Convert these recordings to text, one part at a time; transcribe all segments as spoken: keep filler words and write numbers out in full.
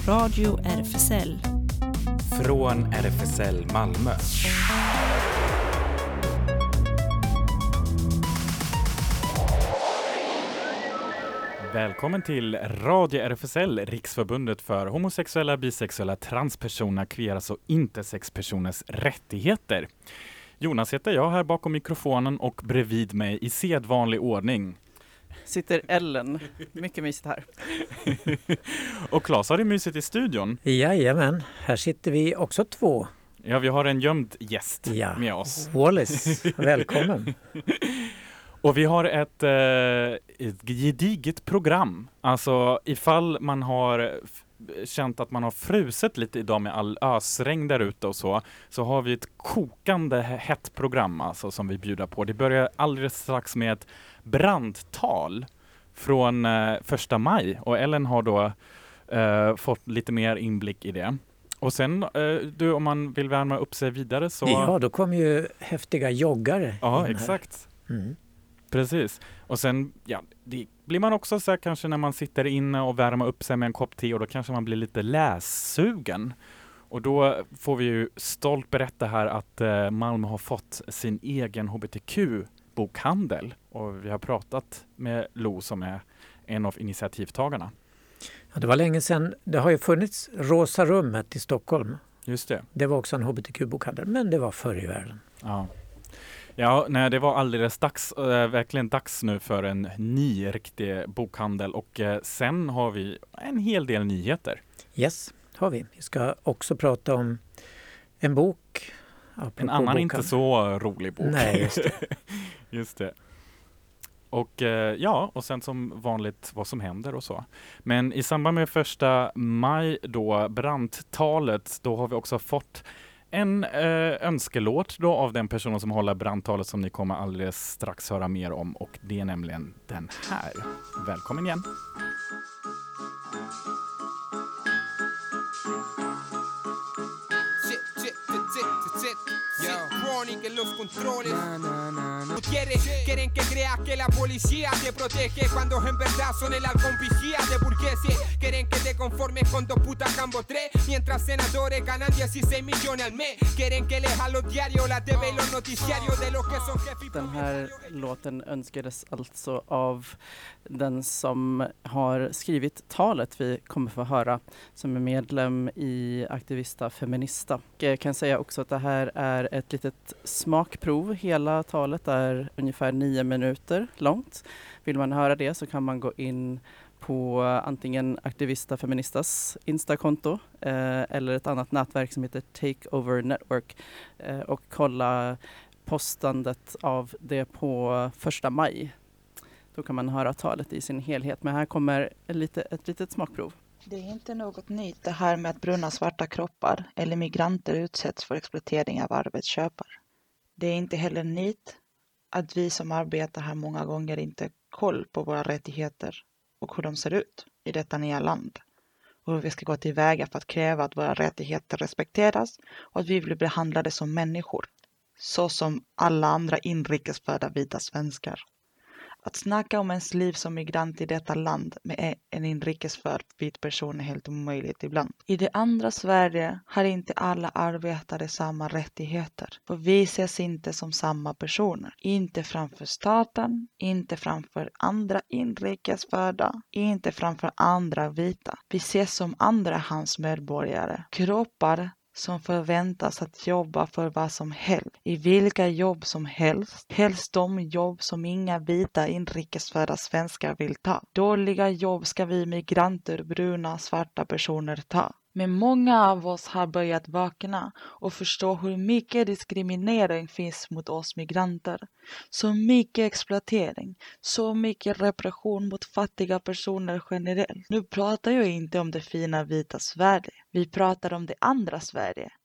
Radio R F S L. Från R F S L Malmö. Välkommen till Radio R F S L, Riksförbundet för homosexuella, bisexuella, transpersoner, queeras och intersexpersoners rättigheter. Jonas heter jag här bakom mikrofonen och bredvid mig i sedvanlig ordning sitter Ellen. Mycket mysigt här. Och Claes, har det mysigt i studion? Jajamän, här sitter vi också två. Ja, vi har en gömd gäst ja. med oss. Wallace, välkommen. Och vi har ett, eh, ett gediget program. Alltså ifall man har f- känt att man har frusit lite idag med all ösregn där ute och så, så har vi ett kokande hett program alltså, som vi bjuder på. Det börjar alldeles strax med ett brandtal från eh, första maj. Och Ellen har då eh, fått lite mer inblick i det. Och sen, eh, du, om man vill värma upp sig vidare så... Ja, då kommer ju häftiga joggare. Ja, exakt. Mm. Precis. Och sen, ja, det blir man också så här kanske när man sitter inne och värmer upp sig med en kopp te och då kanske man blir lite lässugen. Och då får vi ju stolt berätta här att eh, Malmö har fått sin egen H B T Q-bokhandel. Och vi har pratat med Lo som är en av initiativtagarna. Ja, det var länge sedan. Det har ju funnits Rosa rummet i Stockholm. Just det. Det var också en H B T Q-bokhandel, men det var förr i världen. Ja. Ja, nej, det var alldeles dags, äh, verkligen dags nu för en ny riktig bokhandel och äh, sen har vi en hel del nyheter. Yes, har vi. Vi ska också prata om en bok. En annan boken. Inte så rolig bok. Nej, just det. just det. Och äh, ja, och sen som vanligt vad som händer och så. Men i samband med första maj då, brandtalet, då har vi också fått en eh, önskelåt då av den personen som håller brandtalet som ni kommer alldeles strax höra mer om. Och det är nämligen den här. Välkommen igen. Que los controles na, na, na, na. Quieren, quieren que creas que la policía te protege cuando en verdad son el halcón vigía de burgueses. Quieren que te conformes con dos putas cambo tres mientras senadores ganan dieciséis millones al mes. Quieren que leas los diarios, la T V y los noticiarios de los que son jefes. Den här låten önskades alltså av den som har skrivit talet vi kommer få höra, som är medlem i Aktivista Feminista. Jag kan säga också att det här är ett litet smakprov. Hela talet är ungefär nio minuter långt. Vill man höra det så kan man gå in på antingen Aktivista Feministas Instakonto eh, eller ett annat nätverk som heter Takeover Network eh, och kolla postandet av det på första maj. Då kan man höra talet i sin helhet. Men här kommer ett, lite, ett litet smakprov. Det är inte något nytt det här med att bruna svarta kroppar eller migranter utsätts för exploatering av arbetsköpare. Det är inte heller nytt att vi som arbetar här många gånger inte har koll på våra rättigheter och hur de ser ut i detta nya land. Och hur vi ska gå tillväga för att kräva att våra rättigheter respekteras och att vi blir behandlade som människor. Så som alla andra inrikesfödda vita svenskar. Att snacka om ens liv som migrant i detta land med en inrikesfödd vit person är helt omöjligt ibland. I det andra Sverige har inte alla arbetare samma rättigheter. För vi ses inte som samma personer. Inte framför staten, inte framför andra inrikesfödda, inte framför andra vita. Vi ses som andrahandsmedborgare. Kroppar som förväntas att jobba för vad som helst, i vilka jobb som helst, helst de jobb som inga vita inrikesfödda svenskar vill ta. Dåliga jobb ska vi migranter, bruna, svarta personer ta. Men många av oss har börjat vakna och förstå hur mycket diskriminering finns mot oss migranter. Så mycket exploatering, så mycket repression mot fattiga personer generellt. Nu pratar jag inte om det fina vita Sverige. Vi pratar om det andra Sverige.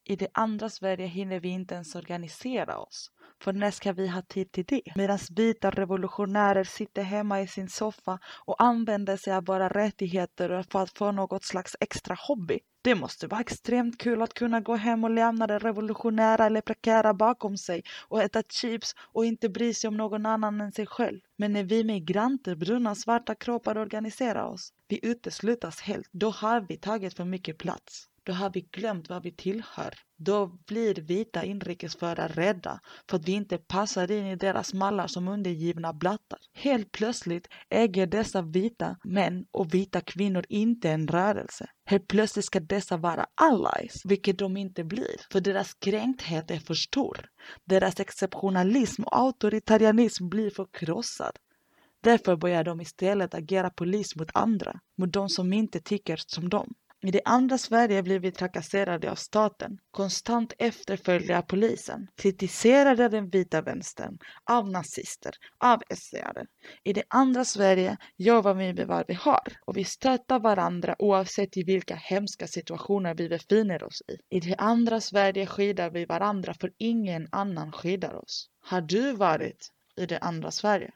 I det andra Sverige hinner vi inte ens organisera oss. För när ska vi ha tid till det? Medan vita revolutionärer sitter hemma i sin soffa och använder sig av våra rättigheter för att få något slags extra hobby. Det måste vara extremt kul att kunna gå hem och lämna det revolutionära eller prekära bakom sig och äta chips och inte bry sig om någon annan än sig själv. Men när vi migranter, bruna, svarta kroppar organiserar oss, vi uteslutas helt. Då har vi tagit för mycket plats. Då har vi glömt vad vi tillhör. Då blir vita inrikesfödda rädda för att vi inte passar in i deras mallar som undergivna blattar. Helt plötsligt äger dessa vita män och vita kvinnor inte en rörelse. Helt plötsligt ska dessa vara allies, vilket de inte blir. För deras kränkthet är för stor. Deras exceptionalism och auktoritarianism blir förkrossad. Därför börjar de istället agera polis mot andra, mot de som inte tycker som dem. I det andra Sverige blir vi trakasserade av staten, konstant efterföljda av polisen, kritiserade av den vita vänstern, av nazister, av S D-are. I det andra Sverige jobbar vi med vad vi har och vi stöttar varandra oavsett i vilka hemska situationer vi befinner oss i. I det andra Sverige skyddar vi varandra för ingen annan skyddar oss. Har du varit i det andra Sverige?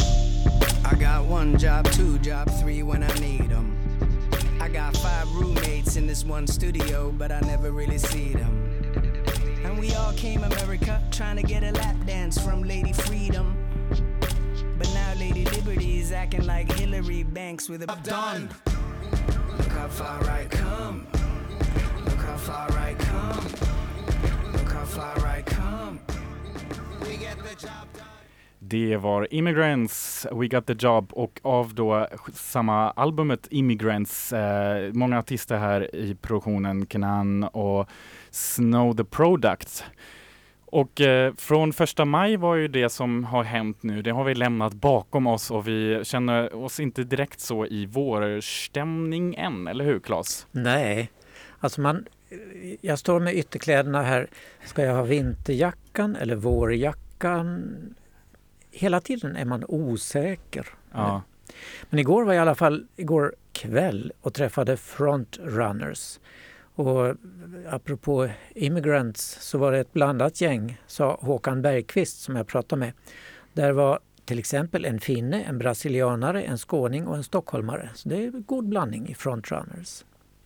I got one job, two job, three when I need them. I got five roommates in this one studio, but I never really see them. And we all came America trying to get a lap dance from Lady Freedom. But now Lady Liberty is acting like Hillary Banks with a I'm done. Look how far I come. Look how far I come. Look how far I come. We get the job done. Det var Immigrants, We Got The Job, och av då samma albumet Immigrants, eh, många artister här i produktionen, Kenan och Snow the Product. Och eh, från första maj var ju det som har hänt nu, det har vi lämnat bakom oss och vi känner oss inte direkt så i vårstämning än, eller hur Claes? Nej, alltså man, jag står med ytterkläderna här, ska jag ha vinterjackan eller vårjackan? Hela tiden är man osäker. Ja. Men igår var jag i alla fall igår kväll och träffade Frontrunners. Och apropå Immigrants så var det ett blandat gäng, sa Håkan Bergqvist som jag pratade med. Där var till exempel en finne, en brasilianare, en skåning och en stockholmare. Så det är en god blandning i Frontrunners.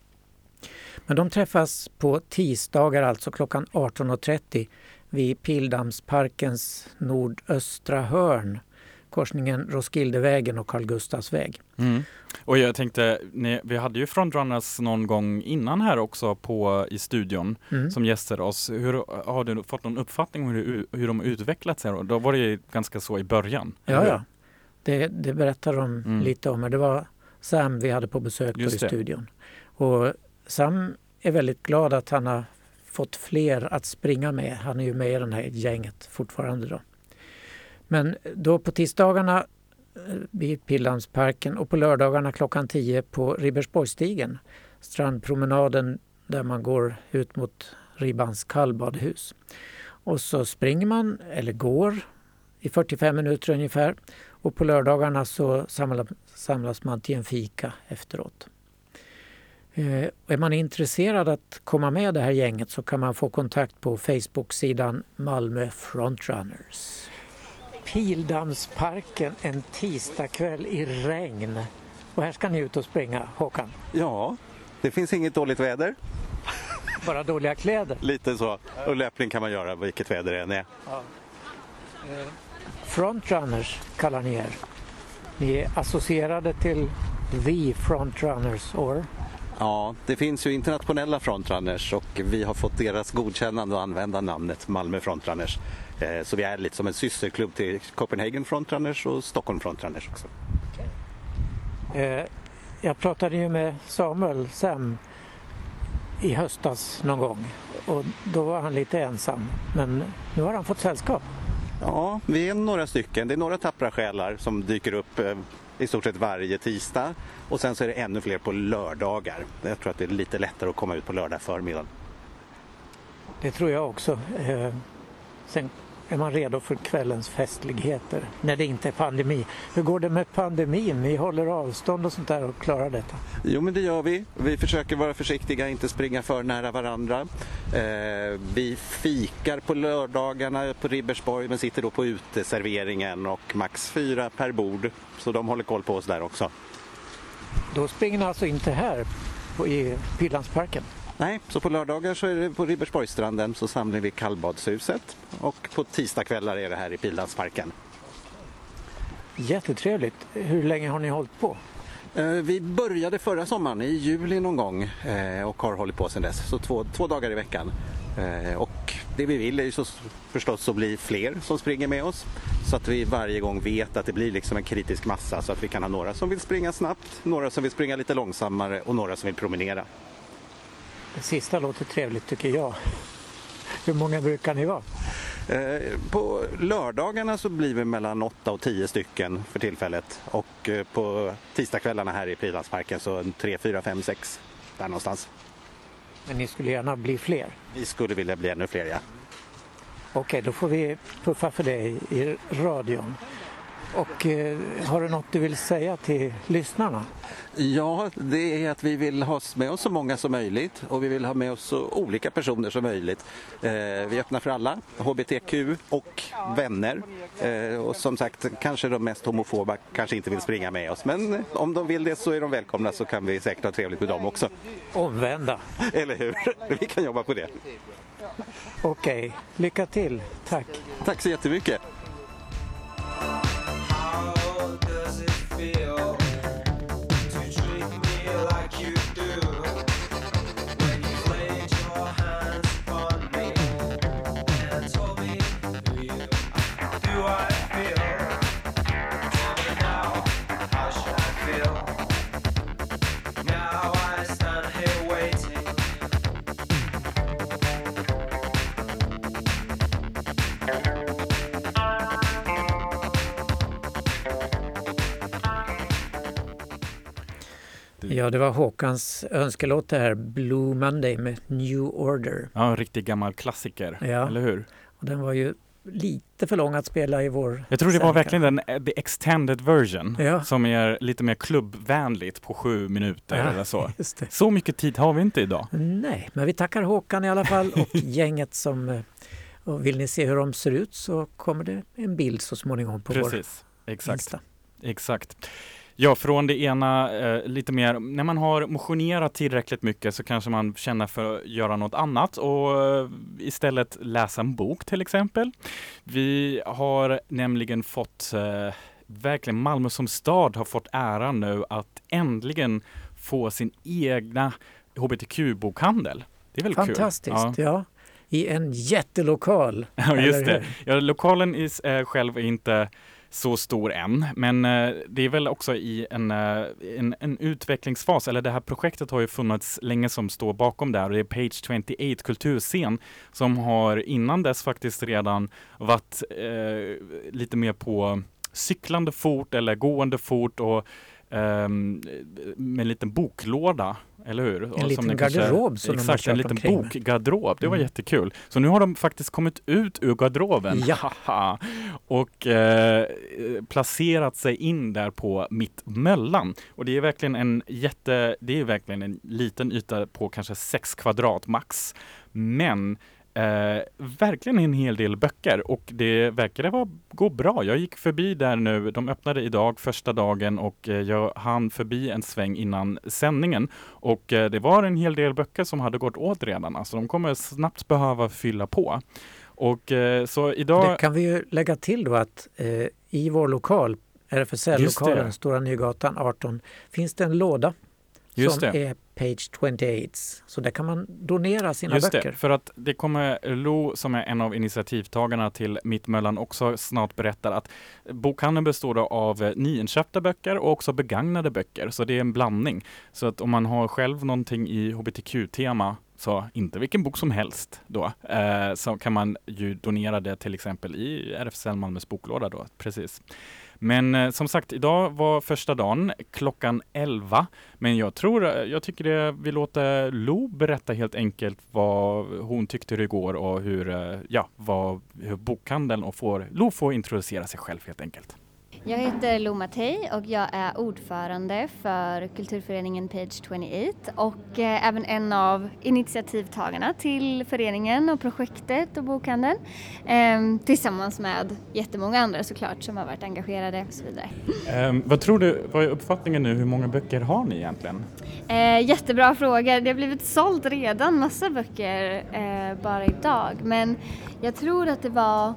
Men de träffas på tisdagar, alltså klockan arton och trettio vid Pildammsparkens nordöstra hörn, korsningen Roskildevägen och Carl Gustavs väg. Mm. Och jag tänkte, ni, vi hade ju Frontrunners någon gång innan här också på, i studion mm. som gäster oss. Hur, har du fått någon uppfattning om hur, hur de har utvecklats här? Då var det ju ganska så i början. Ja, ja. Det, det berättar de mm. lite om. Det var Sam vi hade på besök på i studion. Och Sam är väldigt glad att han har fått fler att springa med. Han är ju med i det här gänget fortfarande då. Men då på tisdagarna vid Pildammsparken och på lördagarna klockan tio på Ribersborgsstigen, strandpromenaden där man går ut mot Ribbans kallbadhus. Och så springer man eller går i fyrtiofem minuter ungefär och på lördagarna så samlas, samlas man till en fika efteråt. Eh, är man intresserad att komma med det här gänget så kan man få kontakt på Facebook-sidan Malmö Frontrunners. Pildammsparken en tisdagkväll i regn. Och här ska ni ut och springa, Håkan. Ja, det finns inget dåligt väder. Bara dåliga kläder. Lite så. Och löpning kan man göra vilket väder det än är. Ja. Eh, Frontrunners kallar ni er. Ni är associerade till The Frontrunners or? Ja, det finns ju internationella Frontrunners och vi har fått deras godkännande att använda namnet Malmö Frontrunners. Så vi är lite som en systerklubb till Copenhagen Frontrunners och Stockholm Frontrunners också. Okay. Jag pratade ju med Samuel Sam i höstas någon gång och då var han lite ensam. Men nu har han fått sällskap. Ja, vi är några stycken. Det är några tappra själar som dyker upp i stort sett varje tisdag. Och sen så är det ännu fler på lördagar. Jag tror att det är lite lättare att komma ut på lördag förmiddagen. Det tror jag också. Sen är man redo för kvällens festligheter när det inte är pandemi. Hur går det med pandemin? Ni håller avstånd och sånt där och klarar detta? Jo, men det gör vi. Vi försöker vara försiktiga, inte springa för nära varandra. Eh, vi fikar på lördagarna på Ribersborg men sitter då på uteserveringen och max fyra per bord. Så de håller koll på oss där också. Då springer ni alltså inte här på, i Pildammsparken? Nej, så på lördagar så är det på Ribersborgsstranden så samlar vi kallbadshuset och på tisdagskvällar är det här i Pildammsparken. Jättetrevligt. Hur länge har ni hållit på? Eh, vi började förra sommaren i juli någon gång eh, och har hållit på sedan dess. Så två, två dagar i veckan. Eh, och det vi vill är ju så, förstås att bli fler som springer med oss. Så att vi varje gång vet att det blir liksom en kritisk massa så att vi kan ha några som vill springa snabbt, några som vill springa lite långsammare och några som vill promenera. Det sista låter trevligt tycker jag. Hur många brukar ni vara? Eh, på lördagarna så blir vi mellan åtta och tio stycken för tillfället. Och eh, på tisdagskvällarna här i Pildammsparken så tre, fyra, fem, sex där någonstans. Men ni skulle gärna bli fler? Vi skulle vilja bli ännu fler, ja. Okej, då får vi puffa för det i, i radion. Och eh, har du något du vill säga till lyssnarna? Ja, det är att vi vill ha med oss så många som möjligt och vi vill ha med oss så olika personer som möjligt. Eh, vi öppnar för alla, H B T Q och vänner. Eh, och som sagt, kanske de mest homofoba kanske inte vill springa med oss. Men om de vill det så är de välkomna så kan vi säkert ha trevligt med dem också. Omvända. Eller hur? Vi kan jobba på det. Okej, lycka till. Tack. Tack så jättemycket. Ja, det var Håkans önskelåt det här, Blue Monday med New Order. Ja, en riktig gammal klassiker, ja. Eller hur? Och den var ju lite för lång att spela i vår Jag tror det var sändning. verkligen den the extended version ja. som är lite mer klubbvänligt på sju minuter ja, eller så. Just det. Så mycket tid har vi inte idag. Nej, men vi tackar Håkan i alla fall och gänget som, och vill ni se hur de ser ut så kommer det en bild så småningom på Precis. vår Exakt. Insta. Exakt. Ja, från det ena eh, lite mer, när man har motionerat tillräckligt mycket så kanske man känner för att göra något annat och eh, istället läsa en bok till exempel. Vi har nämligen fått, eh, verkligen Malmö som stad har fått äran nu att äntligen få sin egna H B T Q-bokhandel. Det är väl fantastiskt, kul? Ja. ja. I en jättelokal. Ja, just det. Ja, lokalen i eh, själv är inte så stor än, men eh, det är väl också i en, eh, en, en utvecklingsfas, eller det här projektet har ju funnits länge som står bakom där och det är Page tjugoåtta kulturscen som har innan dess faktiskt redan varit eh, lite mer på cyklande fot eller gående fot och Um, med en liten boklåda, eller hur? En och liten som garderob kanske, som exakt, de har en liten omkring. bokgarderob. Det var mm. jättekul. Så nu har de faktiskt kommit ut ur garderoben ja. och eh, placerat sig in där på Mittmöllan. Och det är verkligen en jätte, det är verkligen en liten yta på kanske sex kvadrat max. Men Eh, verkligen en hel del böcker och det verkade vara, gå bra. Jag gick förbi där nu, de öppnade idag första dagen och eh, jag hann förbi en sväng innan sändningen och eh, det var en hel del böcker som hade gått åt redan, alltså de kommer snabbt behöva fylla på. Och eh, så idag... Det kan vi ju lägga till då att eh, i vår lokal, R F S L-lokalen, Stora Nygatan arton, finns det en låda Just som det. är Page tjugoåtta. Så där kan man donera sina Just böcker. Det, för att det kommer Lo som är en av initiativtagarna till Mittmöllan också snart berättar att bokhandeln består av nyinköpta böcker och också begagnade böcker. Så det är en blandning. Så att om man har själv någonting i H B T Q-tema, så inte vilken bok som helst då, eh, så kan man ju donera det till exempel i R F S L Malmös boklåda då, precis. Men eh, som sagt, idag var första dagen klockan elva. Men jag tror, jag tycker det, vi låter Lo berätta helt enkelt vad hon tyckte det igår och hur, eh, ja, vad, hur bokhandeln och får, Lo får introducera sig själv helt enkelt. Jag heter Lo Mattei och jag är ordförande för kulturföreningen Page tjugoåtta och eh, även en av initiativtagarna till föreningen och projektet och bokhandeln eh, tillsammans med jättemånga andra såklart som har varit engagerade och så vidare. Eh, vad tror du, vad är uppfattningen nu, hur många böcker har ni egentligen? Eh, jättebra fråga, det har blivit sålt redan massa böcker eh, bara idag, men jag tror att det var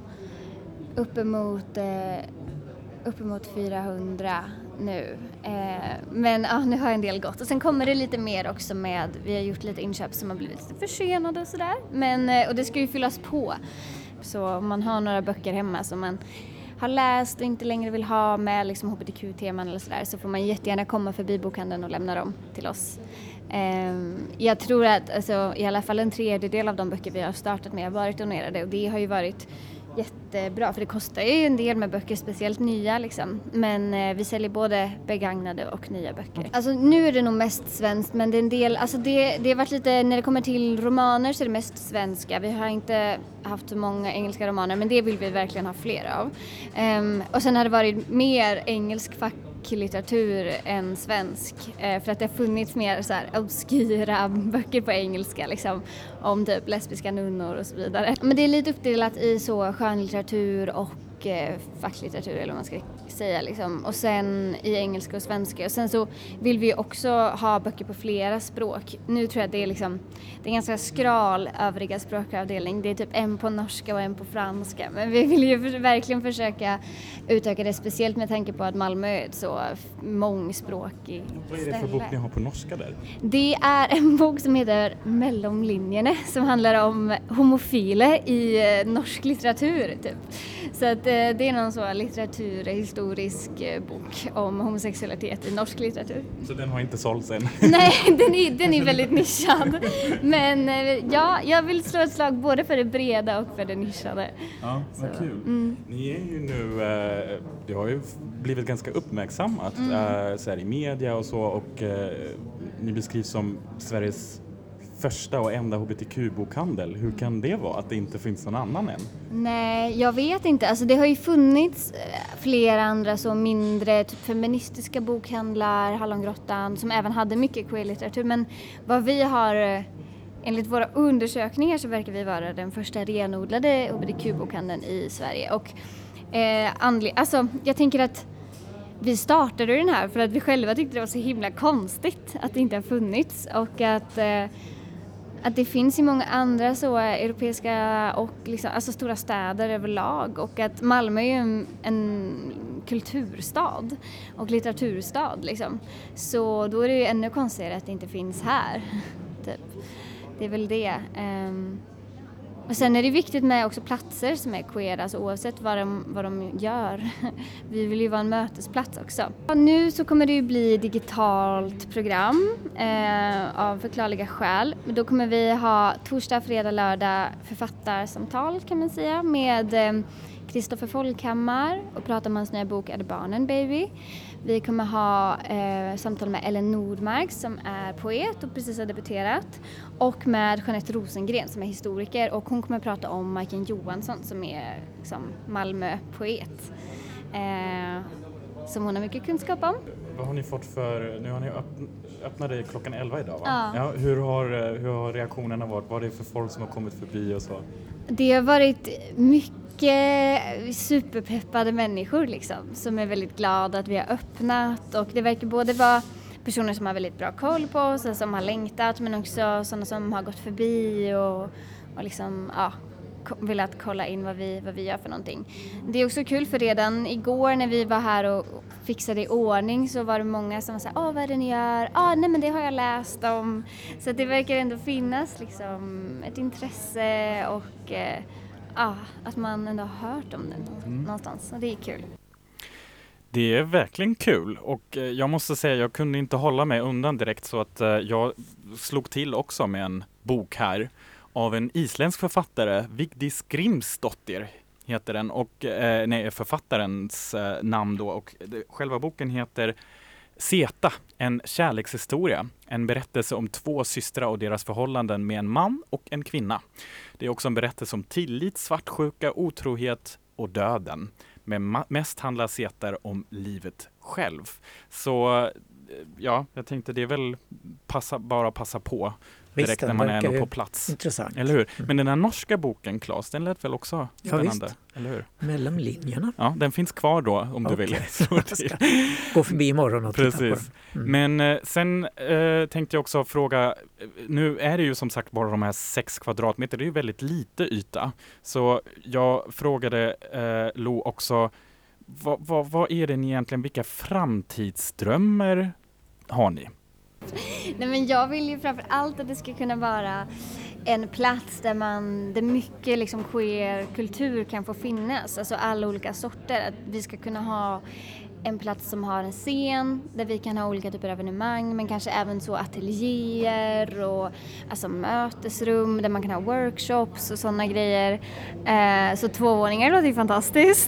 uppemot eh, uppemot fyrahundra nu. Eh, men ja, nu har en del gått. Och sen kommer det lite mer också med, vi har gjort lite inköp som har blivit lite försenade och sådär. Men, eh, och det ska ju fyllas på. Så om man har några böcker hemma som man har läst och inte längre vill ha med liksom H B T Q-teman eller sådär, så får man jättegärna komma förbi bokhandeln och lämna dem till oss. Eh, jag tror att alltså, i alla fall en tredjedel av de böcker vi har startat med har varit donerade och det har ju varit jättebra, för det kostar ju en del med böcker, speciellt nya liksom. Men eh, vi säljer både begagnade och nya böcker. Alltså nu är det nog mest svenskt, men det är en del, alltså det, det har varit lite, när det kommer till romaner så är det mest svenska. Vi har inte haft så många engelska romaner, men det vill vi verkligen ha fler av. Um, och sen har det varit mer engelsk fack litteratur än svensk, eh, för att det har funnits mer så här obskyra böcker på engelska liksom, om typ lesbiska nunnor och så vidare. Men det är lite uppdelat i så skönlitteratur och eh, facklitteratur eller vad man ska säga liksom. Och sen i engelska och svenska. Och sen så vill vi också ha böcker på flera språk. Nu tror jag att det är liksom, det är en ganska skral övriga språkavdelning. Det är typ en på norska och en på franska. Men vi vill ju för, verkligen försöka utöka det, speciellt med tanke på att Malmö är ett så mångspråkig Vad är det för bok ni har på norska där? Det är en bok som heter Mellomlinjene, som handlar om homofile i norsk litteratur typ. Så att det är någon så litteraturhistorisk bok om homosexualitet i norsk litteratur. Så den har inte sålts än? Nej, den är, den är väldigt nischad. Men ja, jag vill slå ett slag både för det breda och för det nischade. Ja, vad så kul. Mm. Ni är ju nu, eh, det har ju blivit ganska uppmärksammat mm. eh, så här i media och så, och eh, ni beskrivs som Sveriges första och enda H B T Q-bokhandel. Hur kan det vara att det inte finns någon annan än? Nej, jag vet inte. Alltså det har ju funnits flera andra så mindre typ feministiska bokhandlar, Hallongrottan, som även hade mycket queer-litteratur. Men vad vi har, enligt våra undersökningar, så verkar vi vara den första renodlade H B T Q-bokhandeln i Sverige. Och eh, andlig, alltså jag tänker att vi startade den här för att vi själva tyckte det var så himla konstigt att det inte har funnits, och att eh, att det finns i många andra så europeiska och liksom, alltså stora städer överlag, och att Malmö är ju en, en kulturstad och litteraturstad liksom. Så då är det ju ännu konstigare att det inte finns här. Typ. Det är väl det. Um, och sen är det viktigt med också platser som är queer, alltså oavsett vad de, vad de gör. Vi vill ju vara en mötesplats också. Och nu så kommer det ju bli digitalt program eh, av förklarliga skäl. Då kommer vi ha torsdag, fredag, lördag författarsamtal kan man säga med Kristoffer Folkhammar och prata om hans nya bok Är det barnen baby. Vi kommer ha eh, samtal med Ellen Nordmark som är poet och precis har debuterat, och med Jeanette Rosengren som är historiker, och hon kommer prata om Majken Johansson som är liksom, Malmö-poet eh, som hon har mycket kunskap om. Vad har ni fått för, nu har ni öppn, öppnade klockan elva idag va? Ja. Ja, hur, har, hur har reaktionerna varit? Vad är det för folk som har kommit förbi och så? Det har varit mycket superpeppade människor liksom, som är väldigt glada att vi har öppnat, och det verkar både vara personer som har väldigt bra koll på oss, som har längtat, men också sådana som har gått förbi och, och liksom, ja, velat kolla in vad vi, vad vi gör för någonting. Det är också kul, för redan igår när vi var här och fixade i ordning så var det många som sa, åh vad är det ni gör? Ah, nej men det har jag läst om. Så att det verkar ändå finnas liksom ett intresse och eh, ah, att man ändå har hört om det mm. någonstans, och det är kul. Det är verkligen kul, och jag måste säga jag kunde inte hålla mig undan direkt, så att jag slog till också med en bok här av en isländsk författare, Vigdís Grímsdóttir heter den och eh, nej, författarens eh, namn då och det, själva boken heter Zeta, en kärlekshistoria. En berättelse om två systrar och deras förhållanden med en man och en kvinna. Det är också en berättelse om tillit, svartsjuka, otrohet och döden. Men ma- mest handlar Zeta om livet själv. Så ja, jag tänkte det är väl passa, bara passa på direkt visst, när man är ändå på plats. Intressant. Eller hur? Men den här norska boken, Claes, den lät väl också spännande? Ja, eller hur? Mellan linjerna. Ja, den finns kvar då om okay. du vill. Jag ska gå förbi imorgon och precis. titta på den. Mm. Men eh, sen eh, tänkte jag också fråga, nu är det ju som sagt bara de här sex kvadratmeter, det är ju väldigt lite yta. Så jag frågade eh, Lo också, vad, vad, vad är det ni egentligen, vilka framtidsdrömmar har ni? Nej, men jag vill ju framför allt att det ska kunna vara en plats där man, där mycket liksom queer kultur kan få finnas, alltså alla olika sorter. Att vi ska kunna ha en plats som har en scen där vi kan ha olika typer av evenemang, men kanske även så ateljéer och alltså mötesrum där man kan ha workshops och sådana grejer. Eh, så tvåvåningar låter ju fantastiskt.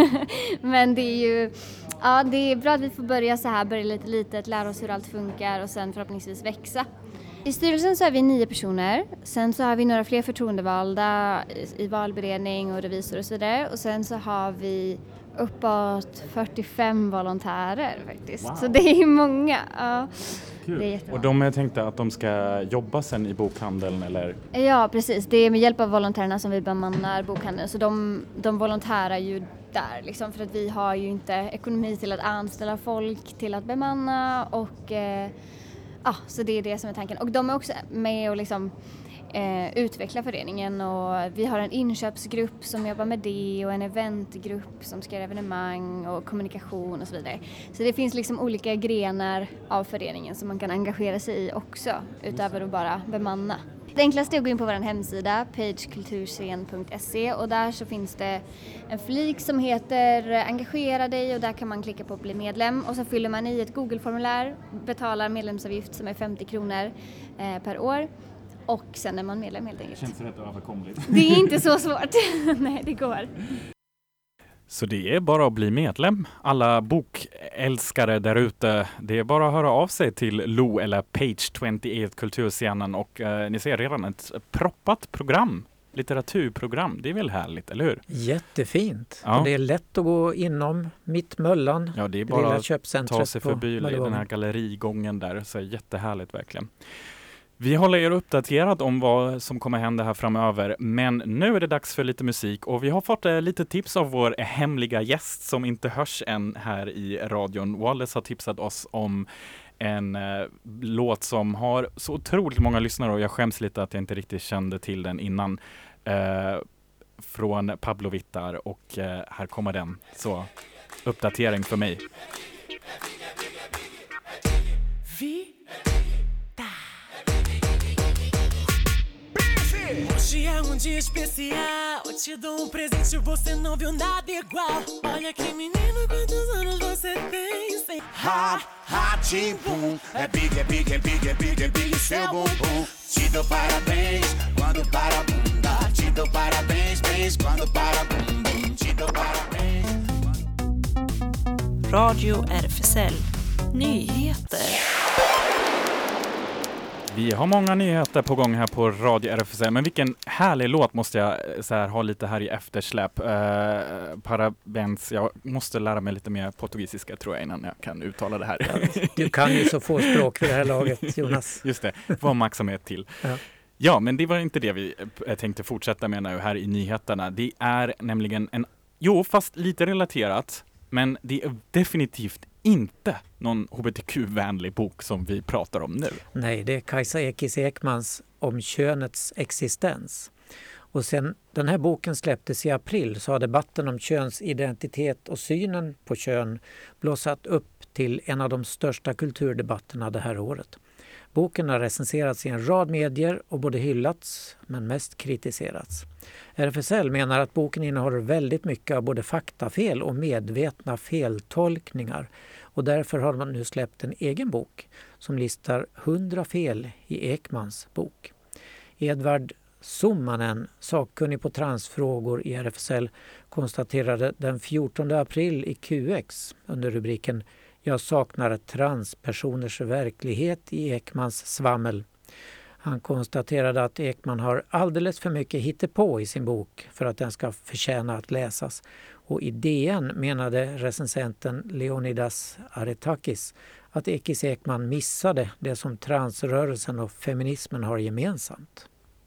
Men det är ju ja, det är bra att vi får börja så här, börja lite litet, lära oss hur allt funkar och sen förhoppningsvis växa. I styrelsen så är vi nio personer. Sen så har vi några fler förtroendevalda i valberedning och revisor och så vidare. Och sen så har vi uppåt fyrtiofem volontärer faktiskt. Wow. Så det är många. Ja, det är och de är tänkta att de ska jobba sen i bokhandeln eller? Ja, precis. Det är med hjälp av volontärerna som vi bemannar bokhandeln. Så de, de volontärar ju där liksom, för att vi har ju inte ekonomi till att anställa folk till att bemanna och eh, ja, så det är det som är tanken. Och de är också med och liksom eh, utveckla föreningen och vi har en inköpsgrupp som jobbar med det och en eventgrupp som ska göra evenemang och kommunikation och så vidare. Så det finns liksom olika grenar av föreningen som man kan engagera sig i också utöver att bara bemanna. Det enklaste är att gå in på vår hemsida pagekulturscen punkt se och där så finns det en flik som heter engagera dig och där kan man klicka på att bli medlem och så fyller man i ett Google-formulär, betalar medlemsavgift som är femtio kronor eh, per år och sen är man medlem helt enkelt. Känns det rätt överkomligt? Det är inte så svårt. Nej, det går. Så det är bara att bli medlem. Alla bokälskare där ute, det är bara att höra av sig till Lo eller Page tjugoåtta Kulturscenen och eh, ni ser redan ett proppat program, litteraturprogram. Det är väl härligt, eller hur? Jättefint. Ja. Och det är lätt att gå inom Mittmöllan. Ja, det är bara att ta sig förbi den här gallerigången där, så är jättehärligt verkligen. Vi håller er uppdaterad om vad som kommer hända här framöver, men nu är det dags för lite musik och vi har fått eh, lite tips av vår hemliga gäst som inte hörs än här i radion. Wallace har tipsat oss om en eh, låt som har så otroligt många lyssnare och jag skäms lite att jag inte riktigt kände till den innan. Eh, från Pablo Vittar och eh, här kommer den. Så uppdatering för mig. Vi Hoje é um dia especial, eu te dou um presente, você não viu nada igual. Olha que menino, quantos anos você tem? Sem... Ha, ha, tim, bum, é big, é big, é big, é big, é big, seu bumbum. Te dou parabéns quando para a bunda, te dou parabéns, bens quando para a bum, te dou parabéns. Radio R F S L Nyheter. Vi har många nyheter på gång här på Radio R F S L, men vilken härlig låt måste jag så här, ha lite här i eftersläpp. Uh, parabens, jag måste lära mig lite mer portugisiska tror jag innan jag kan uttala det här. Ja, du kan ju så få språk för det här laget, Jonas. Just det, vad maximhet till. Ja. Ja, men det var inte det vi tänkte fortsätta med nu här i nyheterna. Det är nämligen en, jo fast lite relaterat, men det är definitivt inte någon H B T Q-vänlig bok som vi pratar om nu. Nej, det är Kajsa Ekis Ekmans Om könets existens. Och sen den här boken släpptes i april så har debatten om könsidentitet och synen på kön blossat upp till en av de största kulturdebatterna det här året. Boken har recenserats i en rad medier och både hyllats men mest kritiserats. R F S L menar att boken innehåller väldigt mycket av både faktafel och medvetna feltolkningar och därför har man nu släppt en egen bok som listar hundra fel i Ekmans bok. Edvard Summanen, sakkunnig på transfrågor i R F S L, konstaterade den fjortonde april i Q X under rubriken "Jag saknar transpersoners verklighet i Ekmans svammel". Han konstaterade att Ekman har alldeles för mycket hittepå i sin bok för att den ska förtjäna att läsas. Och i D N menade recensenten Leonidas Aretakis att Ekis Ekman missade det som transrörelsen och feminismen har gemensamt.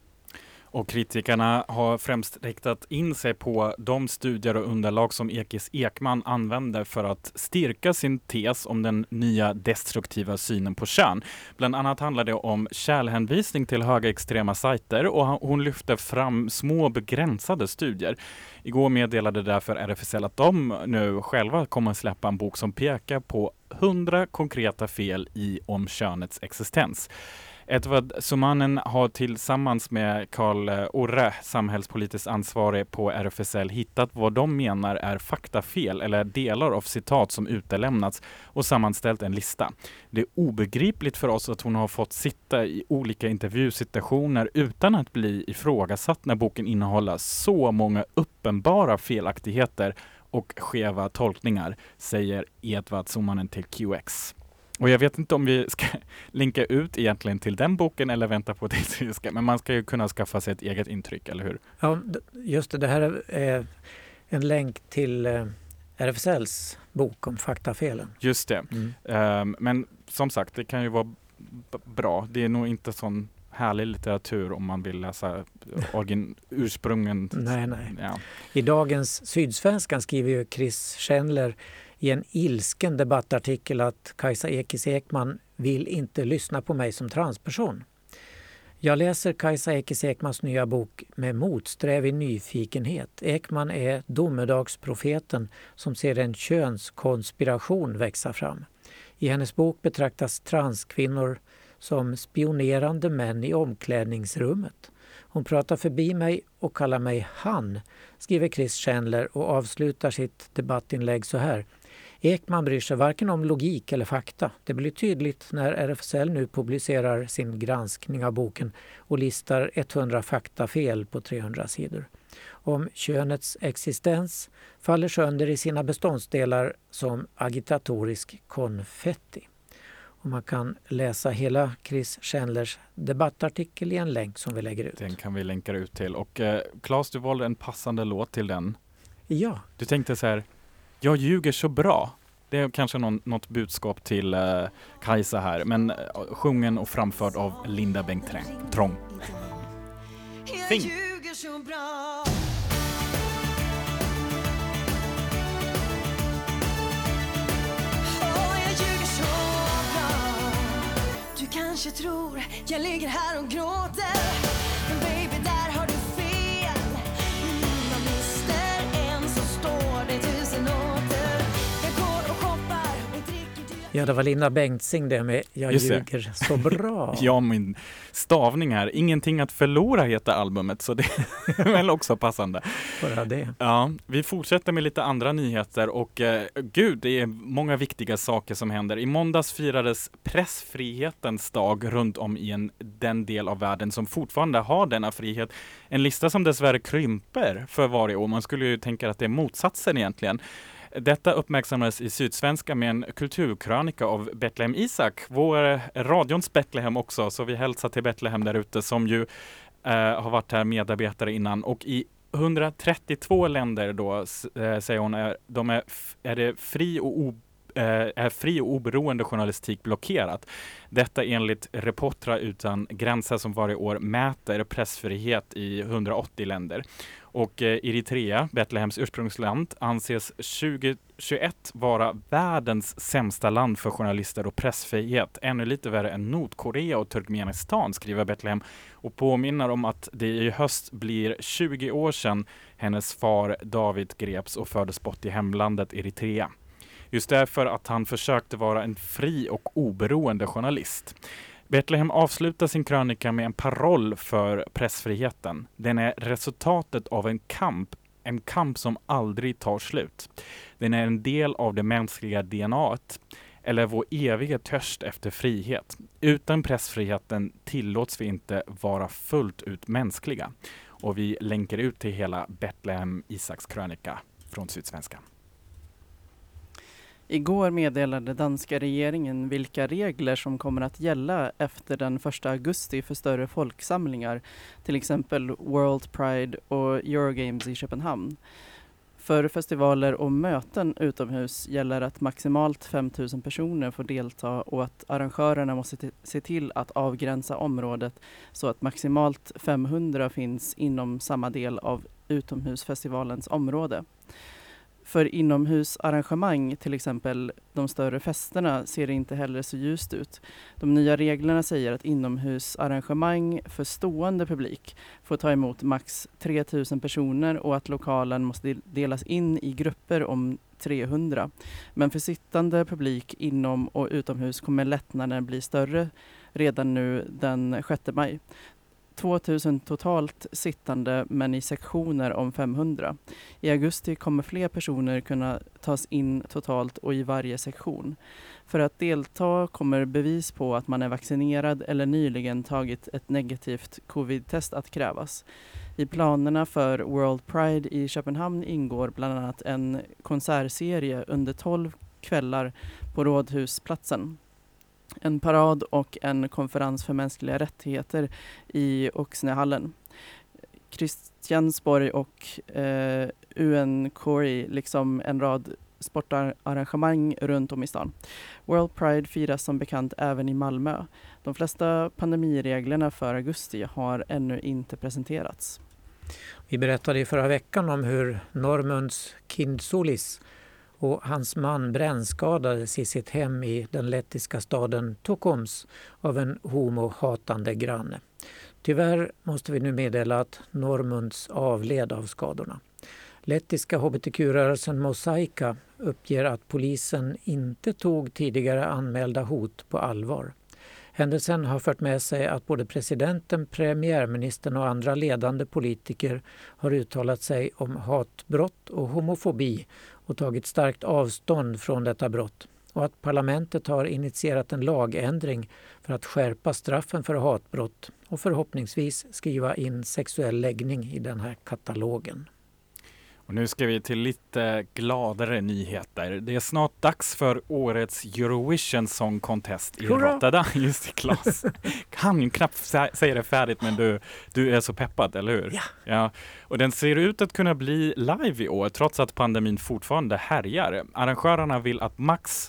Och kritikerna har främst riktat in sig på de studier och underlag som Ekis Ekman använder för att styrka sin tes om den nya destruktiva synen på kön. Bland annat handlar det om källhänvisning till högerextrema sajter och hon lyfter fram små begränsade studier. Igår meddelade därför R F S L att de nu själva kommer att släppa en bok som pekar på hundra konkreta fel i om könets existens. Edvard Summanen har tillsammans med Karl Orre, samhällspolitiskt ansvarig på R F S L, hittat vad de menar är faktafel eller delar av citat som utelämnats och sammanställt en lista. Det är obegripligt för oss att hon har fått sitta i olika intervjusituationer utan att bli ifrågasatt när boken innehåller så många uppenbara felaktigheter och skeva tolkningar, säger Edvard Summanen till Q X. Och jag vet inte om vi ska linka ut egentligen till den boken eller vänta på det vi ska, men man ska ju kunna skaffa sig ett eget intryck, eller hur? Ja, just det. Det här är en länk till R F S L:s bok om faktafelen. Just det. Mm. Um, men som sagt, det kan ju vara b- bra. Det är nog inte sån härlig litteratur om man vill läsa origin, ursprungen. Nej, nej. Ja. I dagens Sydsvenskan skriver ju Chris Schendler i en ilsken debattartikel att Kajsa Ekis Ekman vill inte lyssna på mig som transperson. Jag läser Kajsa Ekis Ekmans nya bok med motsträvig nyfikenhet. Ekman är domedagsprofeten som ser en könskonspiration växa fram. I hennes bok betraktas transkvinnor som spionerande män i omklädningsrummet. Hon pratar förbi mig och kallar mig han, skriver Chris Schendler och avslutar sitt debattinlägg så här. Ekman bryr sig varken om logik eller fakta. Det blir tydligt när R F S L nu publicerar sin granskning av boken och listar hundra faktafel på trehundra sidor. Om könets existens faller sönder i sina beståndsdelar som agitatorisk konfetti. Och man kan läsa hela Chris Schendlers debattartikel i en länk som vi lägger ut. Den kan vi länka ut till. Och eh, Claes, du valde en passande låt till den. Ja. Du tänkte så här, jag ljuger så bra. Det är kanske någon, något budskap till eh, Kajsa här. Men eh, sjungen och framförd av Linda Bengttrång. Jag ljuger så bra. Kanske tror jag ligger här och gråter. Men baby, där har du fel. Mm, jag mister en så står det tusen åter. Jag går och shoppar och dricker. Ja, det var Linda Bengtzing det med Jag Just ljuger det. så bra. Ja, min stavning här. Ingenting att förlora heter albumet, så det är väl också passande. Bara det. Ja, vi fortsätter med lite andra nyheter och eh, gud, det är många viktiga saker som händer. I måndags firades pressfrihetens dag runt om i en, den del av världen som fortfarande har denna frihet. En lista som dessvärre krymper för varje år. Man skulle ju tänka att det är motsatsen egentligen. Detta uppmärksammades i Sydsvenska med en kulturkrönika av Betlehem Isak, vår radions Betlehem också, så vi hälsar till Betlehem där ute som ju eh, har varit här medarbetare innan. Och i hundratrettiotvå länder då, eh, säger hon, är, de är, är det fri och o, eh, är fri och oberoende journalistik blockerat. Detta enligt Reportrar utan gränser som varje år mäter pressfrihet i hundraåttio länder. Och eh, Eritrea, Betlehems ursprungsland, anses tjugo tjugoett vara världens sämsta land för journalister och pressfrihet. Ännu lite värre än Nordkorea och Turkmenistan, skriver Betlehem. Och påminner om att det i höst blir tjugo år sedan hennes far David greps och fördes bort i hemlandet Eritrea. Just därför att han försökte vara en fri och oberoende journalist. Betlehem avslutar sin krönika med en paroll för pressfriheten. Den är resultatet av en kamp, en kamp som aldrig tar slut. Den är en del av det mänskliga D N A-et. eller vår eviga törst efter frihet. Utan pressfriheten tillåts vi inte vara fullt ut mänskliga. Och vi länkar ut till hela Betlehem Isaks krönika från Sydsvenskan. Igår meddelade danska regeringen vilka regler som kommer att gälla efter den första augusti för större folksamlingar, till exempel World Pride och Eurogames i Köpenhamn. För festivaler och möten utomhus gäller att maximalt fem tusen personer får delta och att arrangörerna måste se till att avgränsa området så att maximalt femhundra finns inom samma del av utomhusfestivalens område. För inomhusarrangemang, till exempel de större festerna, ser det inte heller så ljust ut. De nya reglerna säger att inomhusarrangemang för stående publik får ta emot max tre tusen personer och att lokalen måste delas in i grupper om trehundra. Men för sittande publik inom och utomhus kommer lättnaden bli större redan nu den sjätte maj. två tusen totalt sittande, men i sektioner om femhundra. I augusti kommer fler personer kunna tas in totalt och i varje sektion. För att delta kommer bevis på att man är vaccinerad eller nyligen tagit ett negativt covid-test att krävas. I planerna för World Pride i Köpenhamn ingår bland annat en konsertserie under tolv kvällar på Rådhusplatsen. En parad och en konferens för mänskliga rättigheter i Oxnehallen. Christiansborg och eh, U N Corey, liksom en rad sportarrangemang runt om i stan. World Pride firas som bekant även i Malmö. De flesta pandemireglerna för augusti har ännu inte presenterats. Vi berättade i förra veckan om hur Normunds Kindsulis och hans man brännskadades i sitt hem i den lettiska staden Tukums av en homohatande granne. Tyvärr måste vi nu meddela att Normunds avled av skadorna. Lettiska hbtq-rörelsen Mosaika uppger att polisen inte tog tidigare anmälda hot på allvar. Händelsen har fört med sig att både presidenten, premiärministern och andra ledande politiker har uttalat sig om hatbrott och homofobi och tagit starkt avstånd från detta brott. Och att parlamentet har initierat en lagändring för att skärpa straffen för hatbrott och förhoppningsvis skriva in sexuell läggning i den här katalogen. Och nu ska vi till lite gladare nyheter. Det är snart dags för årets Eurovision Song Contest i Hurra! Rotterdam. Just det, Claes. Kan ju knappt sä- säga det färdigt, men du, du är så peppad, eller hur? Ja. Ja. Och den ser ut att kunna bli live i år, trots att pandemin fortfarande härjar. Arrangörerna vill att max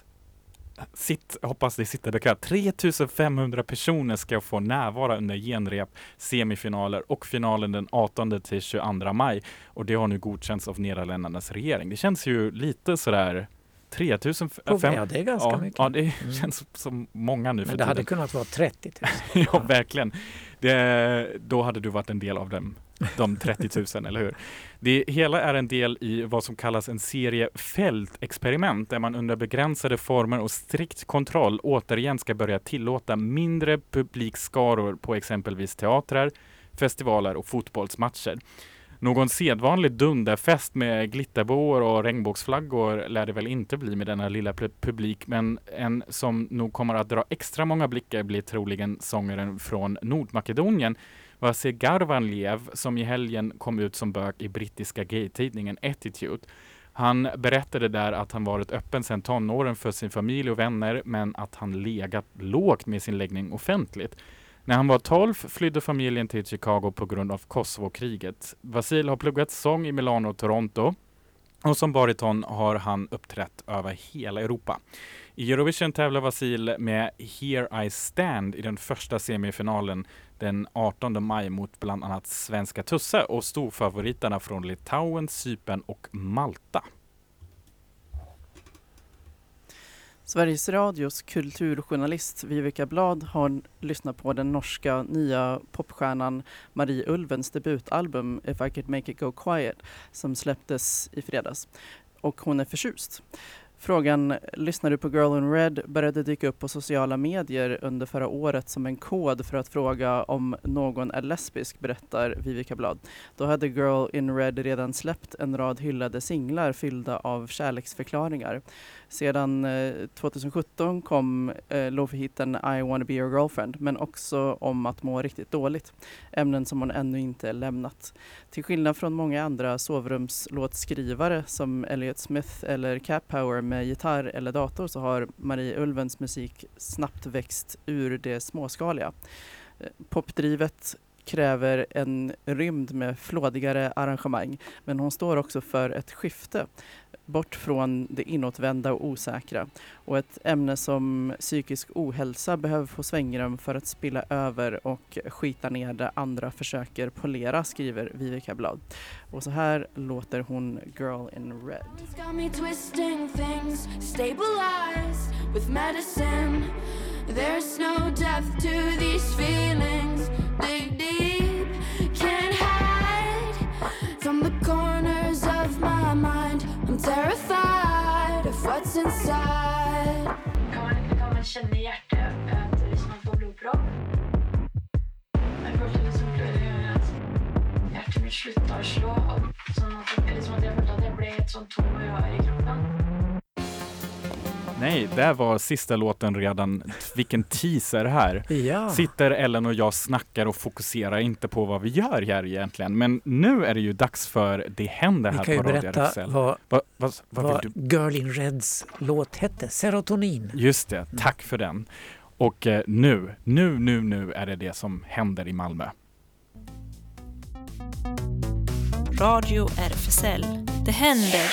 Sitt, hoppas det sitter bekvämt. tre tusen femhundra personer ska få närvara under genrep, semifinaler och finalen den artonde till tjugoandra maj. Och det har nu godkänts av Nederländernas regering. Det känns ju lite sådär tre tusen femhundra. Ja, det är ganska ja, mycket. Ja, det mm. känns som många nu. Men för det tiden. hade kunnat vara trettio tusen. Ja, verkligen. Det, då hade du varit en del av dem, de trettio tusen, eller hur? Det hela är en del i vad som kallas en serie fältexperiment där man under begränsade former och strikt kontroll återigen ska börja tillåta mindre publikskaror på exempelvis teatrar, festivaler och fotbollsmatcher. Någon sedvanlig dunderfest med glitterboor och regnbågsflaggor lär det väl inte bli med denna lilla publik, men en som nog kommer att dra extra många blickar blir troligen sångaren från Nordmakedonien, Vasil Garvanliev, som i helgen kom ut som bök i brittiska gay-tidningen Attitude. Han berättade där att han varit öppen sedan tonåren för sin familj och vänner, men att han legat lågt med sin läggning offentligt. När han var tolv flydde familjen till Chicago på grund av Kosovo-kriget. Vasil har pluggat sång i Milano och Toronto, och som bariton har han uppträtt över hela Europa. I Eurovision tävlar Vasil med Here I Stand i den första semifinalen den artonde maj mot bland annat svenska Tusse och storfavoriterna från Litauen, Cypern och Malta. Sveriges Radios kulturjournalist Vivica Blad har lyssnat på den norska nya popstjärnan Marie Ulvens debutalbum If I Could Make It Go Quiet som släpptes i fredags. Och hon är förtjust. Frågan "Lyssnar du på Girl in Red?" började dyka upp på sociala medier under förra året som en kod för att fråga om någon är lesbisk, berättar Vivica Blad. Då hade Girl in Red redan släppt en rad hyllade singlar fyllda av kärleksförklaringar. Sedan eh, tjugohundrasjutton kom eh, Lo-fi-hitten I wanna be your girlfriend, men också om att må riktigt dåligt. Ämnen som hon ännu inte lämnat. Till skillnad från många andra sovrumslåtskrivare som Elliott Smith eller Cat Power med gitarr eller dator, så har Marie Ulvens musik snabbt växt ur det småskaliga. Eh, popdrivet kräver en rymd med flådigare arrangemang, men hon står också för ett skifte bort från det inåtvända och osäkra, och ett ämne som psykisk ohälsa behöver få svängrum för att spilla över och skita ner det andra försöker polera, skriver Vivica Blad. Och så här låter hon Girl in Red. Got me twisting things, stabilized with medicine. There's no depth to these feelings. Dig deep, can't hide from the corners of my mind. I'm terrified of what's inside. Kan man, kan man känna i hjärtat att det lyssnar på blodpropp? Men först är det som att hjärtat slutar slå. Så att det är som att jag att det blir ett sånt tom rör i kroppen. Nej, där var sista låten redan. Vilken teaser här. Ja. Sitter Ellen och jag snackar och fokuserar inte på vad vi gör här egentligen. Men nu är det ju dags för Det händer här på Radio R F S L. Vi kan ju berätta vad, vad, vad, vad, vad Girl in Reds låt hette. Serotonin. Just det, tack för den. Och eh, nu, nu, nu, nu är det det som händer i Malmö. Radio R F S L. Det händer.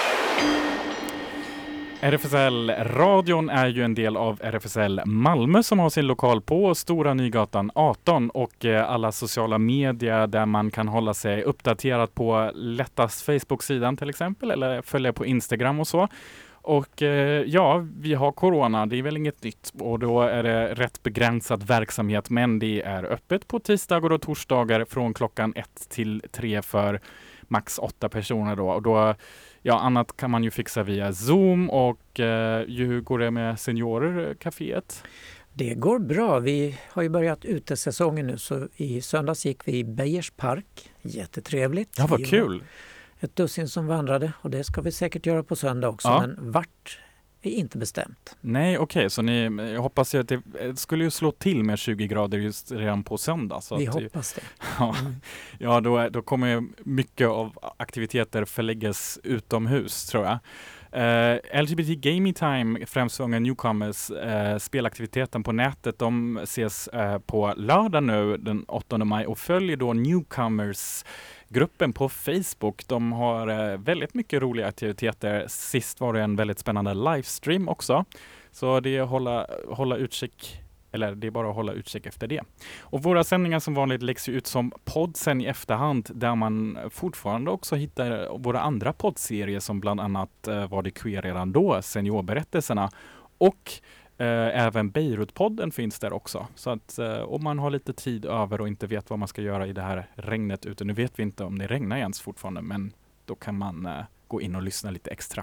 R F S L-radion är ju en del av R F S L Malmö som har sin lokal på Stora Nygatan arton, och eh, alla sociala medier där man kan hålla sig uppdaterad på lättast Facebook-sidan till exempel, eller följa på Instagram och så. Och eh, ja, vi har corona, det är väl inget nytt, och då är det rätt begränsad verksamhet, men det är öppet på tisdagar och torsdagar från klockan ett till tre för max åtta personer då, och då ja, annat kan man ju fixa via Zoom. Och eh, hur går det med seniorercaféet? Det går bra. Vi har ju börjat utesäsongen nu, så i söndags gick vi i Bejers park. Jättetrevligt. Ja, vad kul! Ett dussin som vandrade, och det ska vi säkert göra på söndag också, ja. Men vart är inte bestämt. Nej, okej, okay, så ni, jag hoppas ju att det, det skulle ju slå till med tjugo grader just redan på söndag. Så vi att, hoppas det. Ja, mm. ja då, då kommer mycket av aktiviteter förläggas utomhus, tror jag. Uh, L G B T Gaming Time, främst unga newcomers, uh, spelaktiviteten på nätet, de ses uh, på lördag nu den åttonde maj, och följer då newcomers gruppen på Facebook. De har uh, väldigt mycket roliga aktiviteter. Sist var det en väldigt spännande livestream också. Så det är att hålla, hålla utkik, eller det är bara att hålla utkik efter det. Och våra sändningar som vanligt läggs ut som podd sen i efterhand, där man fortfarande också hittar våra andra poddserier som bland annat uh, Var det queer redan då, seniorberättelserna, och uh, även Beirut-podden finns där också. Så att uh, om man har lite tid över och inte vet vad man ska göra i det här regnet ute, nu vet vi inte om det regnar ens fortfarande, men då kan man uh, gå in och lyssna lite extra.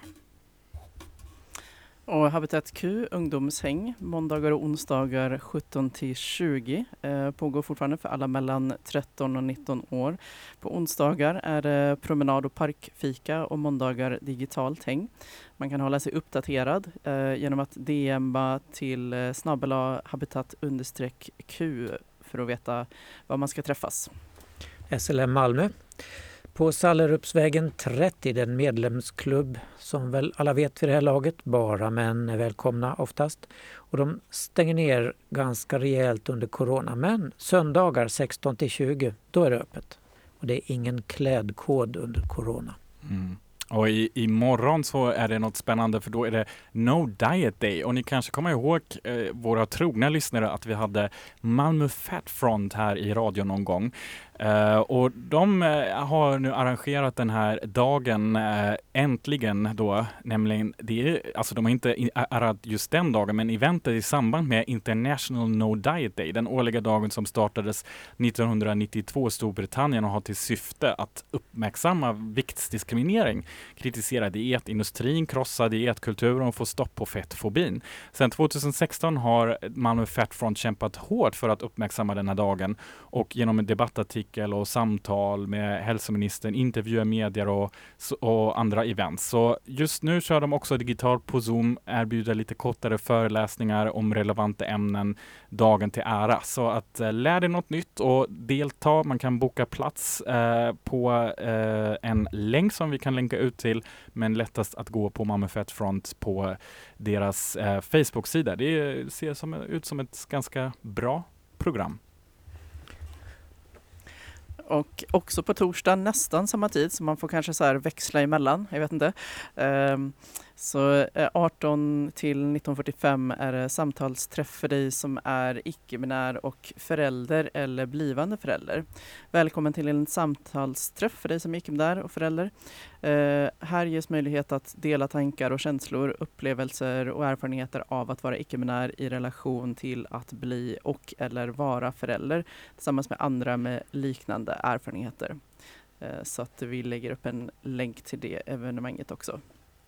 Och Habitat Q, ungdomshäng, måndagar och onsdagar sjutton till tjugo. Eh, pågår fortfarande för alla mellan tretton och nitton år. På onsdagar är det promenad och parkfika, och måndagar digitalt häng. Man kan hålla sig uppdaterad eh, genom att D M:a till eh, snabbela habitat understreck Q för att veta var man ska träffas. S L M Malmö. På Sallerupsvägen trettio, den medlemsklubb som väl alla vet vid det här laget, bara män är välkomna oftast. Och de stänger ner ganska rejält under corona, men söndagar sexton till tjugo, då är det öppet. Och det är ingen klädkod under corona. Mm. Och i, imorgon så är det något spännande, för då är det No Diet Day. Och ni kanske kommer ihåg eh, våra trogna lyssnare att vi hade Malmö Fat Front här i radio någon gång. Uh, och de uh, har nu arrangerat den här dagen uh, äntligen då, nämligen det är, alltså de har inte arrangerat just den dagen, men eventet i samband med International No Diet Day, den årliga dagen som startades nittonhundranittiotvå i Storbritannien och har till syfte att uppmärksamma viktsdiskriminering, kritisera dietindustrin, krossa dietkulturen och få stopp på fettfobin. Sen tjugohundrasexton har Malmö Fat Front kämpat hårt för att uppmärksamma den här dagen, och genom en debattartikel debattartikel och samtal med hälsoministern, intervjuer, medier och, och andra events. Så just nu kör de också digitalt på Zoom, erbjuder lite kortare föreläsningar om relevanta ämnen dagen till ära. Så att eh, lär dig något nytt och delta. Man kan boka plats eh, på eh, en länk som vi kan länka ut till, men lättast att gå på Malmö Fett Front på deras eh, Facebook-sida. Det ser som, ut som ett ganska bra program. Och också på torsdag nästan samma tid, så man får kanske så här växla emellan, jag vet inte. Um, så arton till nitton fyrtiofem är det samtalsträff för dig som är icke-binär och förälder eller blivande förälder. Välkommen till en samtalsträff för dig som är icke-binär och förälder. Uh, här ges möjlighet att dela tankar och känslor, upplevelser och erfarenheter av att vara icke-binär i relation till att bli och eller vara förälder tillsammans med andra med liknande erfarenheter. Uh, så att vi lägger upp en länk till det evenemanget också.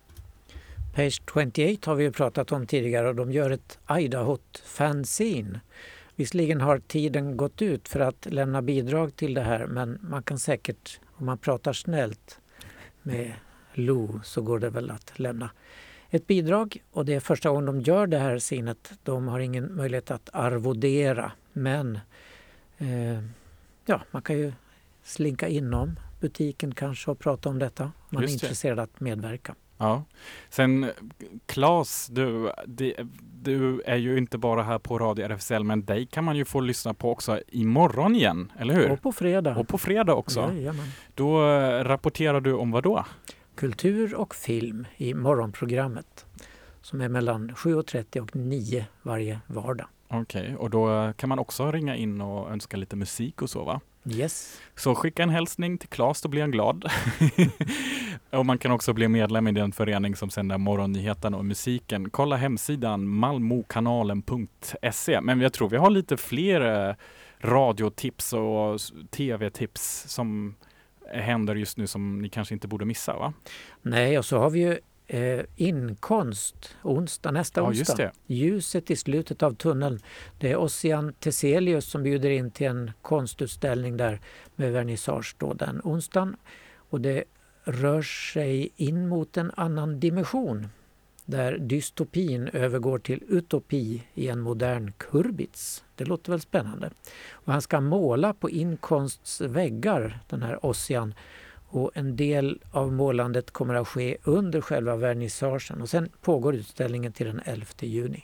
Page tjugoåtta har vi ju pratat om tidigare och de gör ett Idaho-fanzine. Visserligen har tiden gått ut för att lämna bidrag till det här, men man kan säkert, om man pratar snällt med Lou, så går det väl att lämna ett bidrag. Och det är första gången de gör det här sinet. De har ingen möjlighet att arvodera, men eh, ja, man kan ju slinka inom butiken kanske och prata om detta. Man är intresserad att medverka. Ja. Sen Claes, du, det, du är ju inte bara här på Radio R F S L, men dig kan man ju få lyssna på också imorgon igen, eller hur? Och på fredag. Och på fredag också. Jajamän. Då rapporterar du om vad då? Kultur och film i morgonprogrammet som är mellan sju och trettio och nio varje vardag. Okej, okay. Och då kan man också ringa in och önska lite musik och så, va? Yes. Så skicka en hälsning till Claes, då blir han glad. Och man kan också bli medlem i den förening som sänder morgonnyheterna och musiken. Kolla hemsidan malmokanalen punkt se. Men jag tror vi har lite fler radiotips och tv-tips som händer just nu som ni kanske inte borde missa, va? Nej, och så har vi ju Eh, inkonst onsdag, nästa ja, onsdag. Just det. Ljuset i slutet av tunneln. Det är Ossian Teselius som bjuder in till en konstutställning där med vernissage då den onsdagen. Och det rör sig in mot en annan dimension där dystopin övergår till utopi i en modern kurbits. Det låter väl spännande. Och han ska måla på inkonsts väggar, den här Ossian. Och en del av målandet kommer att ske under själva vernissagen. Och sen pågår utställningen till den elfte juni.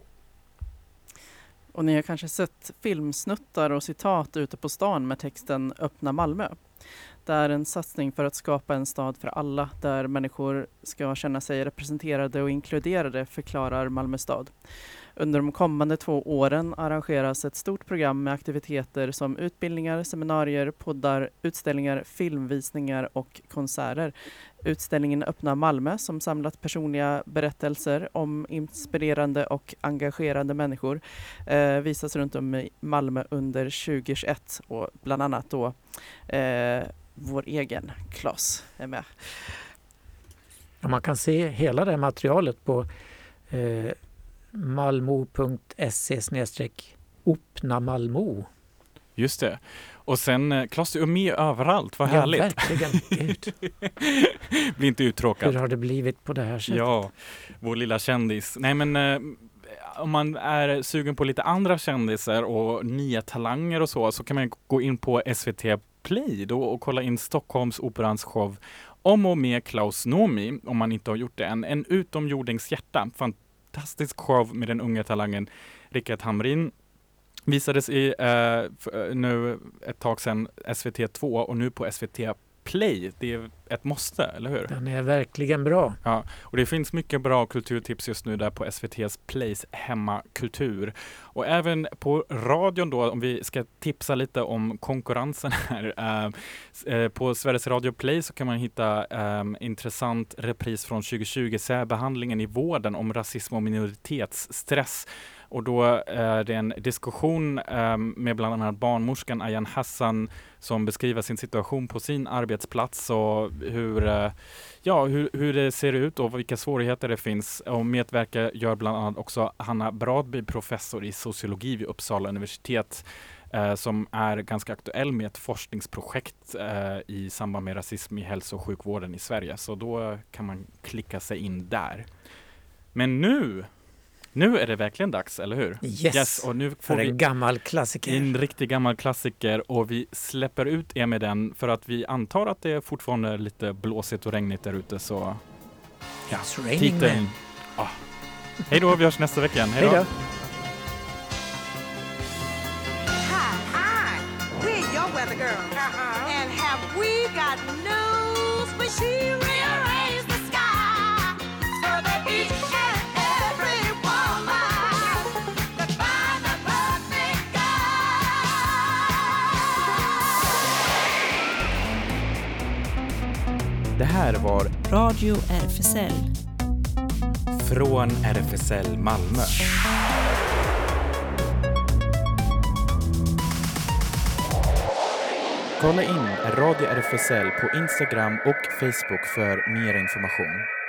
Och ni har kanske sett filmsnuttar och citat ute på stan med texten Öppna Malmö. Det är en satsning för att skapa en stad för alla där människor ska känna sig representerade och inkluderade, förklarar Malmö stad. Under de kommande två åren arrangeras ett stort program med aktiviteter som utbildningar, seminarier, poddar, utställningar, filmvisningar och konserter. Utställningen Öppna Malmö som samlat personliga berättelser om inspirerande och engagerande människor eh, visas runt om i Malmö under tjugohundratjugoett och bland annat då eh, vår egen Claes är med. Ja, man kan se hela det materialet på eh, malmo punkt se snedstreck Öppna Malmö. Just det. Och sen, Claes, du är med överallt. Vad härligt. Ja, verkligen. Blir inte uttråkad. Hur har det blivit på det här sättet? Ja, vår lilla kändis. Nej, men eh, om man är sugen på lite andra kändisar och nya talanger och så, så kan man gå in på S V T Play då och kolla in Stockholms Operans show Om och med Klaus Nomi, om man inte har gjort det än. En utomjordings hjärta. Fantastisk show med den unga talangen Rickard Hamrin. Visades i eh, nu ett tag sedan S V T två och nu på S V T Play. Det är ett måste, eller hur? Den är verkligen bra. Ja, och det finns mycket bra kulturtips just nu där på S V T:s Plays Hemmakultur. Och även på radion då, om vi ska tipsa lite om konkurrensen här. Eh, på Sveriges Radio Play så kan man hitta eh, intressant repris från tjugo tjugo, särbehandlingen i vården om rasism och minoritetsstress. Och då är det en diskussion eh, med bland annat barnmorskan Ayan Hassan som beskriver sin situation på sin arbetsplats och hur, uh, ja, hur, hur det ser ut och vilka svårigheter det finns. Och medverkar gör bland annat också Hanna Bradby, professor i sociologi vid Uppsala universitet, uh, som är ganska aktuell med ett forskningsprojekt uh, i samband med rasism i hälso- och sjukvården i Sverige. Så då kan man klicka sig in där. Men nu... Nu är det verkligen dags, eller hur? Yes, yes och nu får för vi en gammal klassiker. En riktig gammal klassiker och vi släpper ut er med den för att vi antar att det är fortfarande lite blåsigt och regnigt där ute, så ja, titeln. Ah. Hej då, vi hörs nästa vecka. Hej då. Hi, hi, we're your weather girl. Uh-huh. And have we got news when she rearranged the sky so that each and every woman could find the perfect guy. Det här var Radio R F S L från R F S L Malmö. Kolla in Radio R F S L på Instagram och Facebook för mer information.